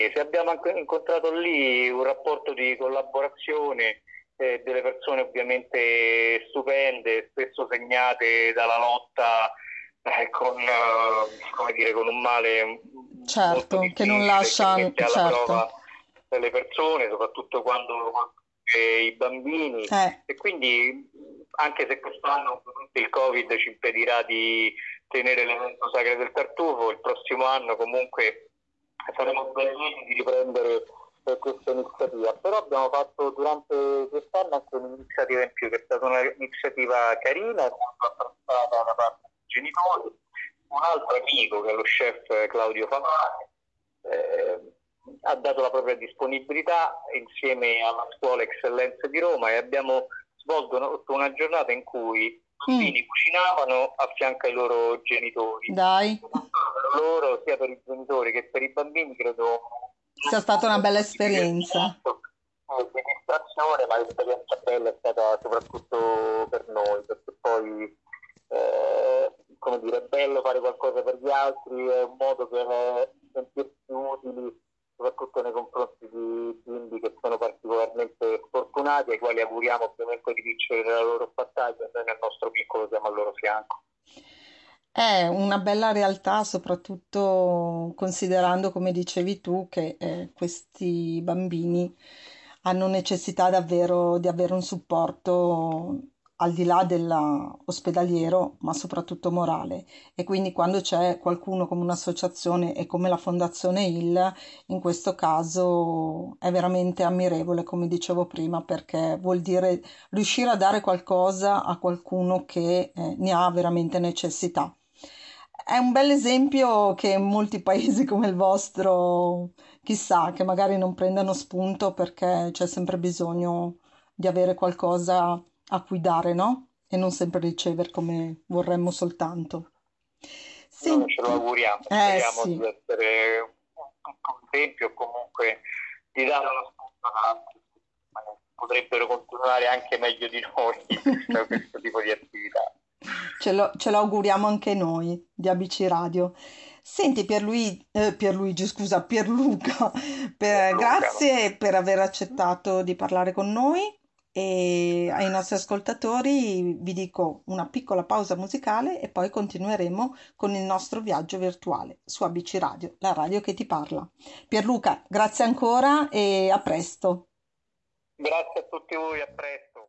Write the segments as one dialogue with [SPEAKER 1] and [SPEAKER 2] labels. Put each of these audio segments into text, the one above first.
[SPEAKER 1] se abbiamo anche incontrato lì un rapporto di collaborazione, delle persone ovviamente stupende, spesso segnate dalla lotta come dire, con un male molto
[SPEAKER 2] Certo, che non
[SPEAKER 1] difficile che
[SPEAKER 2] lascia,
[SPEAKER 1] mette alla
[SPEAKER 2] certo,
[SPEAKER 1] prova le persone, soprattutto quando i bambini.
[SPEAKER 2] eh,
[SPEAKER 1] E quindi, anche se quest'anno il Covid ci impedirà di tenere l'evento Sagra del Tartufo, il prossimo anno comunque saremo ben lieti di riprendere questa iniziativa. Però abbiamo fatto durante quest'anno anche un'iniziativa in più, che è stata un'iniziativa carina, molto apprezzata da parte dei genitori. Un altro amico, che è lo chef Claudio Favani, ha dato la propria disponibilità insieme alla Scuola Eccellenze di Roma, e abbiamo svolto una giornata in cui i
[SPEAKER 2] mm,
[SPEAKER 1] bambini cucinavano a fianco ai loro genitori.
[SPEAKER 2] dai,
[SPEAKER 1] Per loro, sia per i genitori che per i bambini, credo
[SPEAKER 2] sia stata una bella
[SPEAKER 1] di
[SPEAKER 2] esperienza.
[SPEAKER 1] divertimento, di distrazione, ma l'esperienza bella è stata soprattutto per noi, perché poi, come dire, è bello fare qualcosa per gli altri, è un modo per sentirsi utili, soprattutto nei confronti di bimbi che sono particolarmente sfortunati, ai quali auguriamo ovviamente di vincere la loro battaglia, e noi nel nostro piccolo siamo al loro fianco.
[SPEAKER 2] È una bella realtà, soprattutto considerando, come dicevi tu, che questi bambini hanno necessità davvero di avere un supporto al di là dell'ospedaliero, ma soprattutto morale. E quindi quando c'è qualcuno come un'associazione e come la Fondazione Il, in questo caso è veramente ammirevole, come dicevo prima, perché vuol dire riuscire a dare qualcosa a qualcuno che ne ha veramente necessità. È un bel esempio che molti paesi come il vostro, chissà, che magari non prendano spunto perché c'è sempre bisogno di avere qualcosa a cui dare, no? E non sempre ricevere come vorremmo soltanto.
[SPEAKER 1] Noi ce lo
[SPEAKER 2] Senti,
[SPEAKER 1] auguriamo,
[SPEAKER 2] eh
[SPEAKER 1] speriamo
[SPEAKER 2] sì.
[SPEAKER 1] di essere un esempio, o comunque di dare uno spunto ad altri, ma potrebbero continuare anche meglio di noi questo tipo di attività.
[SPEAKER 2] Ce lo auguriamo anche noi di ABC Radio. Senti Pierluigi, scusa, Pierluca,
[SPEAKER 1] Luca, no?
[SPEAKER 2] grazie per aver accettato di parlare con noi e ai nostri ascoltatori vi dico una piccola pausa musicale e poi continueremo con il nostro viaggio virtuale su ABC Radio, la radio che ti parla. Pierluca, grazie ancora e a presto.
[SPEAKER 1] Grazie a tutti voi, a presto.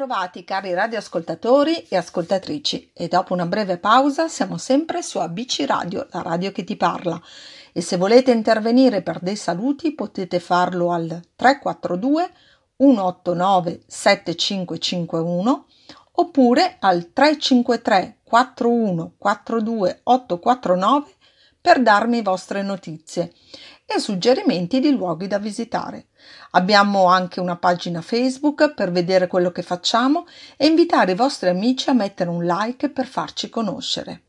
[SPEAKER 2] Bentrovati cari radioascoltatori e ascoltatrici e dopo una breve pausa siamo sempre su ABC Radio, la radio che ti parla e se volete intervenire per dei saluti potete farlo al 342 189 7551 oppure al 353 41 42 849 per darmi vostre notizie e suggerimenti di luoghi da visitare. Abbiamo anche una pagina Facebook per vedere quello che facciamo e invitare i vostri amici a mettere un like per farci conoscere.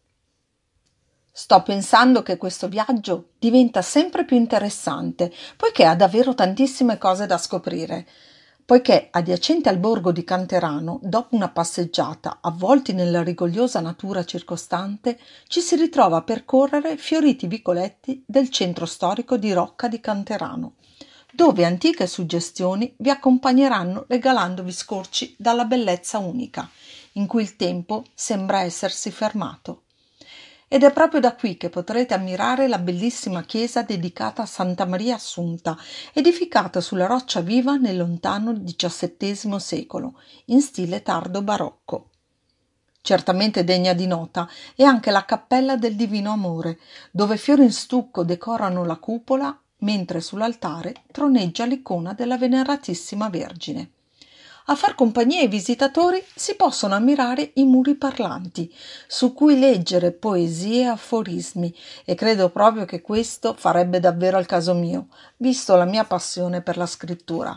[SPEAKER 2] Sto pensando che questo viaggio diventa sempre più interessante, poiché ha davvero tantissime cose da scoprire. Poiché adiacente al borgo di Canterano, dopo una passeggiata avvolti nella rigogliosa natura circostante, ci si ritrova a percorrere fioriti vicoletti del centro storico di Rocca di Canterano, dove antiche suggestioni vi accompagneranno regalandovi scorci dalla bellezza unica, in cui il tempo sembra essersi fermato. Ed è proprio da qui che potrete ammirare la bellissima chiesa dedicata a Santa Maria Assunta, edificata sulla roccia viva nel lontano XVII secolo, in stile tardo barocco. Certamente degna di nota è anche la Cappella del Divino Amore, dove fiori in stucco decorano la cupola, mentre sull'altare troneggia l'icona della Veneratissima Vergine. A far compagnia ai visitatori si possono ammirare i muri parlanti, su cui leggere poesie e aforismi, e credo proprio che questo farebbe davvero al caso mio, visto la mia passione per la scrittura.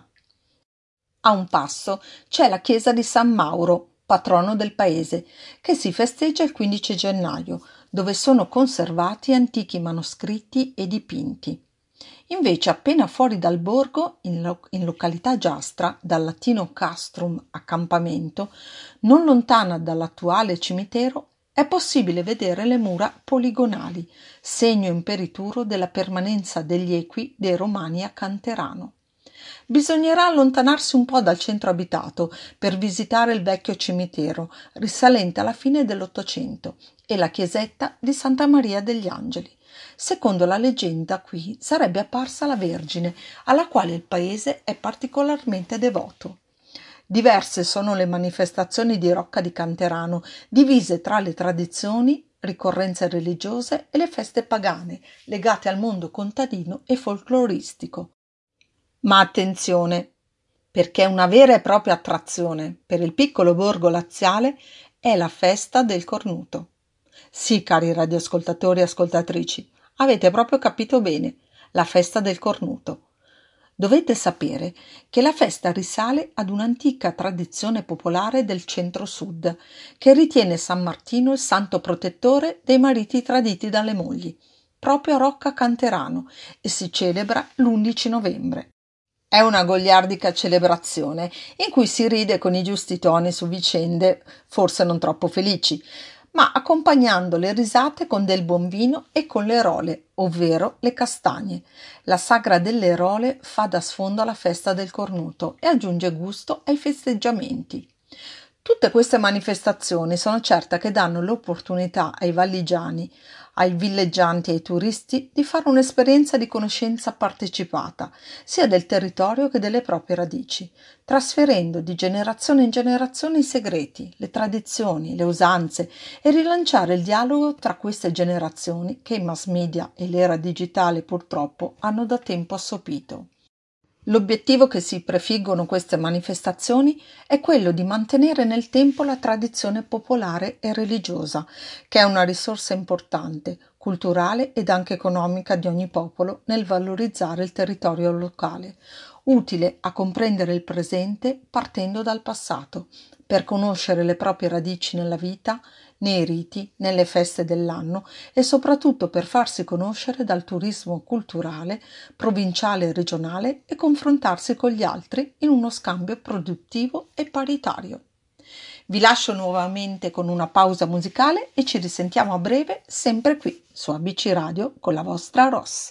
[SPEAKER 2] A un passo c'è la chiesa di San Mauro, patrono del paese, che si festeggia il 15 gennaio, dove sono conservati antichi manoscritti e dipinti. Invece appena fuori dal borgo, in località Giastra, dal latino castrum, accampamento, non lontana dall'attuale cimitero, è possibile vedere le mura poligonali, segno imperituro della permanenza degli equi dei Romani a Canterano. Bisognerà allontanarsi un po' dal centro abitato per visitare il vecchio cimitero, risalente alla fine dell'Ottocento, e la chiesetta di Santa Maria degli Angeli. Secondo la leggenda qui sarebbe apparsa la Vergine, alla quale il paese è particolarmente devoto. Diverse sono le manifestazioni di Rocca di Canterano, divise tra le tradizioni, ricorrenze religiose e le feste pagane, legate al mondo contadino e folcloristico. Ma attenzione, perché una vera e propria attrazione per il piccolo borgo laziale è la festa del cornuto. Sì, cari radioascoltatori e ascoltatrici, avete proprio capito bene, la festa del cornuto. Dovete sapere che la festa risale ad un'antica tradizione popolare del centro-sud, che ritiene San Martino il santo protettore dei mariti traditi dalle mogli, proprio a Rocca Canterano, e si celebra l'11 novembre. È una goliardica celebrazione in cui si ride con i giusti toni su vicende forse non troppo felici, ma accompagnando le risate con del buon vino e con le role, ovvero le castagne. La sagra delle role fa da sfondo alla festa del cornuto e aggiunge gusto ai festeggiamenti. Tutte queste manifestazioni sono certa che danno l'opportunità ai valligiani, ai villeggianti e ai turisti di fare un'esperienza di conoscenza partecipata, sia del territorio che delle proprie radici, trasferendo di generazione in generazione i segreti, le tradizioni, le usanze e rilanciare il dialogo tra queste generazioni che i mass media e l'era digitale purtroppo hanno da tempo assopito. L'obiettivo che si prefiggono queste manifestazioni è quello di mantenere nel tempo la tradizione popolare e religiosa, che è una risorsa importante, culturale ed anche economica di ogni popolo nel valorizzare il territorio locale, utile a comprendere il presente partendo dal passato, per conoscere le proprie radici nella vita, nei riti, nelle feste dell'anno e soprattutto per farsi conoscere dal turismo culturale, provinciale e regionale e confrontarsi con gli altri in uno scambio produttivo e paritario. Vi lascio nuovamente con una pausa musicale e ci risentiamo a breve sempre qui su ABC Radio con la vostra Ross.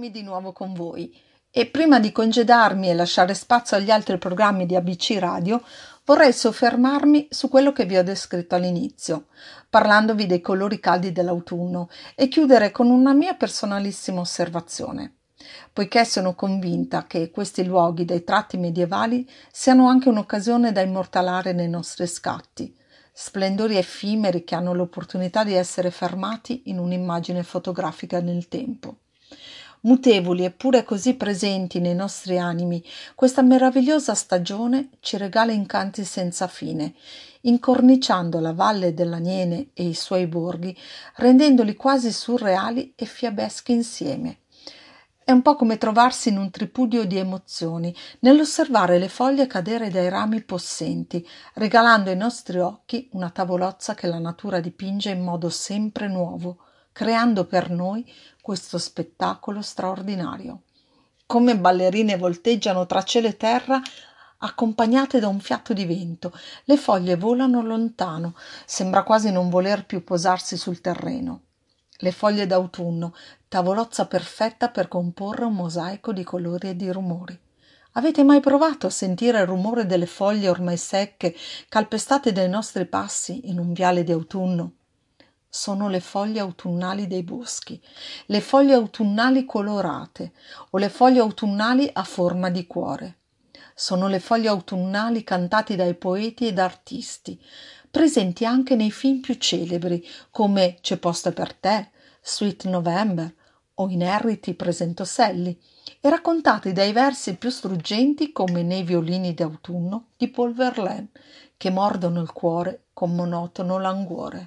[SPEAKER 2] ritrovarmi di nuovo con voi. E prima di congedarmi e lasciare spazio agli altri programmi di ABC Radio, vorrei soffermarmi su quello che vi ho descritto all'inizio, parlandovi dei colori caldi dell'autunno e chiudere con una mia personalissima osservazione, poiché sono convinta che questi luoghi dai tratti medievali siano anche un'occasione da immortalare nei nostri scatti, splendori effimeri che hanno l'opportunità di essere fermati in un'immagine fotografica nel tempo. Mutevoli eppure così presenti nei nostri animi, questa meravigliosa stagione ci regala incanti senza fine, incorniciando la valle dell'Aniene e i suoi borghi, rendendoli quasi surreali e fiabeschi insieme. È un po' come trovarsi in un tripudio di emozioni, nell'osservare le foglie cadere dai rami possenti, regalando ai nostri occhi una tavolozza che la natura dipinge in modo sempre nuovo, creando per noi questo spettacolo straordinario. Come ballerine volteggiano tra cielo e terra, accompagnate da un fiato di vento, le foglie volano lontano, sembra quasi non voler più posarsi sul terreno. Le foglie d'autunno, tavolozza perfetta per comporre un mosaico di colori e di rumori. Avete mai provato a sentire il rumore delle foglie ormai secche, calpestate dai nostri passi in un viale di autunno? Sono le foglie autunnali dei boschi, le foglie autunnali colorate o le foglie autunnali a forma di cuore. Sono le foglie autunnali cantate dai poeti ed artisti, presenti anche nei film più celebri come C'è posto per te, Sweet November o in Harry ti presento Sally, e raccontati dai versi più struggenti come Nei violini d'autunno di Paul Verlaine, che mordono il cuore con monotono languore.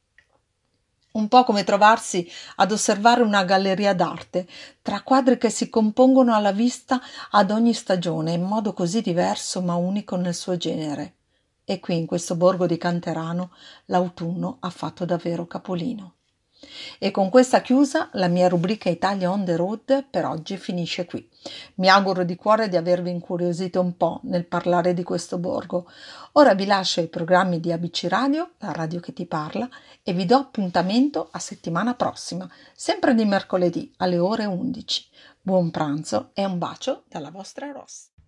[SPEAKER 2] Un po' come trovarsi ad osservare una galleria d'arte, tra quadri che si compongono alla vista ad ogni stagione, in modo così diverso ma unico nel suo genere. E qui in questo borgo di Canterano l'autunno ha fatto davvero capolino. E con questa chiusa la mia rubrica Italia on the road per oggi finisce qui. Mi auguro di cuore di avervi incuriosito un po' nel parlare di questo borgo. Ora vi lascio ai programmi di ABC Radio, la radio che ti parla, e vi do appuntamento a settimana prossima, sempre di mercoledì alle ore 11. Buon pranzo e un bacio dalla vostra Ross.